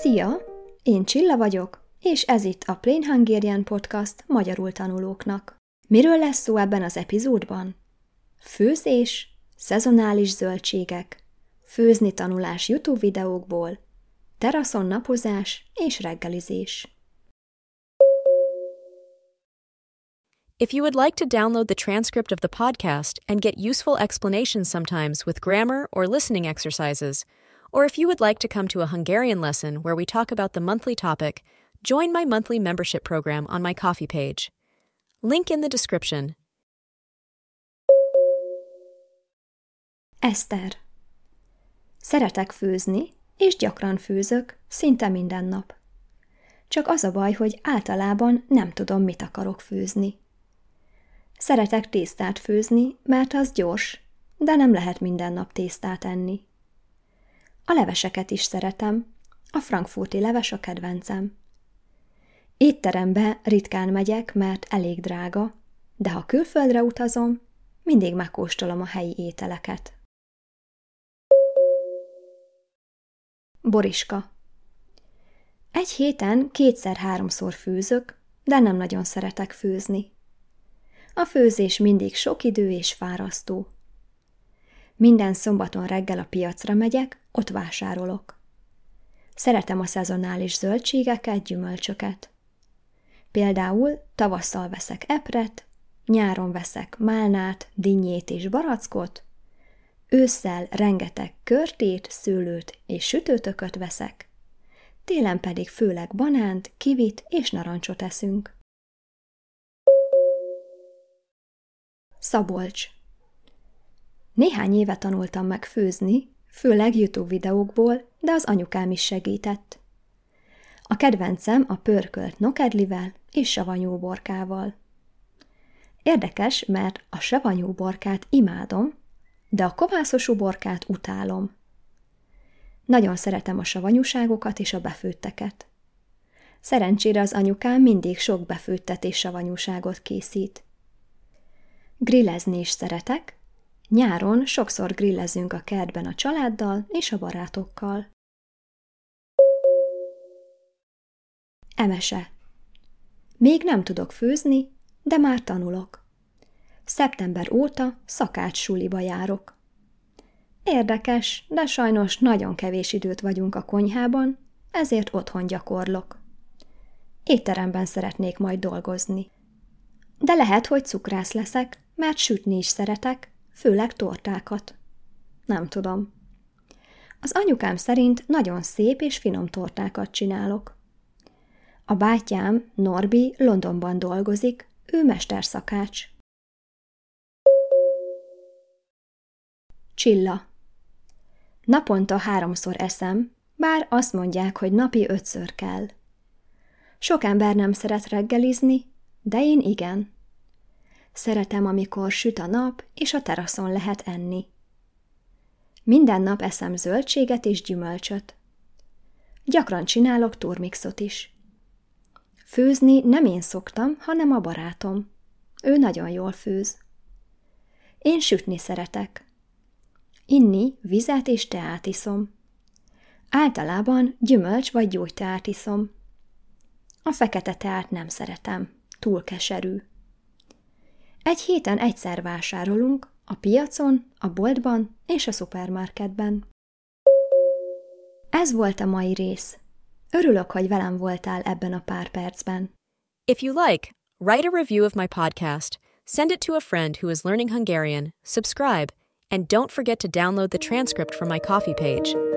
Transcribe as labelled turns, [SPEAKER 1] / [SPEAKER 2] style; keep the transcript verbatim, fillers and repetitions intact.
[SPEAKER 1] Szia! Én Csilla vagyok, és ez itt a Plain Hungarian Podcast magyarul tanulóknak. Miről lesz szó ebben az epizódban? Főzés, szezonális zöldségek, főzni tanulás YouTube videókból, teraszon napozás és reggelizés.
[SPEAKER 2] If you would like to download the transcript of the podcast and get useful explanations sometimes with grammar or listening exercises, or if you would like to come to a Hungarian lesson where we talk about the monthly topic, join my monthly membership program on my Ko-fi page. Link in the description.
[SPEAKER 1] Eszter. Szeretek főzni, és gyakran főzök, szinte minden nap. Csak az a baj, hogy általában nem tudom, mit akarok főzni. Szeretek tésztát főzni, mert az gyors, de nem lehet minden nap tésztát enni. A leveseket is szeretem, a frankfurti leves a kedvencem. Étterembe ritkán megyek, mert elég drága, de ha külföldre utazom, mindig megkóstolom a helyi ételeket. Boriska. Egy héten kétszer-háromszor főzök, de nem nagyon szeretek főzni. A főzés mindig sok idő és fárasztó. Minden szombaton reggel a piacra megyek, ott vásárolok. Szeretem a szezonális zöldségeket, gyümölcsöket. Például tavasszal veszek epret, nyáron veszek málnát, dinnyét és barackot, ősszel rengeteg körtét, szőlőt és sütőtököt veszek, télen pedig főleg banánt, kivit és narancsot eszünk. Szabolcs. Néhány éve tanultam meg főzni, főleg YouTube videókból, de az anyukám is segített. A kedvencem a pörkölt nokedlivel és savanyú borkával. Érdekes, mert a savanyú borkát imádom, de a kovászos uborkát utálom. Nagyon szeretem a savanyúságokat és a befőtteket. Szerencsére az anyukám mindig sok befőttet és savanyúságot készít. Grillezni is szeretek. Nyáron sokszor grillezünk a kertben a családdal és a barátokkal. Emese. Még nem tudok főzni, de már tanulok. Szeptember óta szakácssuliba járok. Érdekes, de sajnos nagyon kevés időt vagyunk a konyhában, ezért otthon gyakorlok. Étteremben szeretnék majd dolgozni. De lehet, hogy cukrász leszek, mert sütni is szeretek, főleg tortákat. Nem tudom. Az anyukám szerint nagyon szép és finom tortákat csinálok. A bátyám, Norbi, Londonban dolgozik, ő mesterszakács. Csilla. Naponta háromszor eszem, bár azt mondják, hogy napi ötször kell. Sok ember nem szeret reggelizni, de én igen. Szeretem, amikor süt a nap, és a teraszon lehet enni. Minden nap eszem zöldséget és gyümölcsöt. Gyakran csinálok turmixot is. Főzni nem én szoktam, hanem a barátom. Ő nagyon jól főz. Én sütni szeretek. Inni vizet és teát iszom. Általában gyümölcs vagy gyógyteát iszom. A fekete teát nem szeretem, túl keserű. Egy héten egyszer vásárolunk, a piacon, a boltban és a szupermarketben. Ez volt a mai rész. Örülök, hogy velem voltál ebben a pár percben.
[SPEAKER 2] If you like, write a review of my podcast, send it to a friend who is learning Hungarian, subscribe, and don't forget to download the transcript from my Ko-fi page.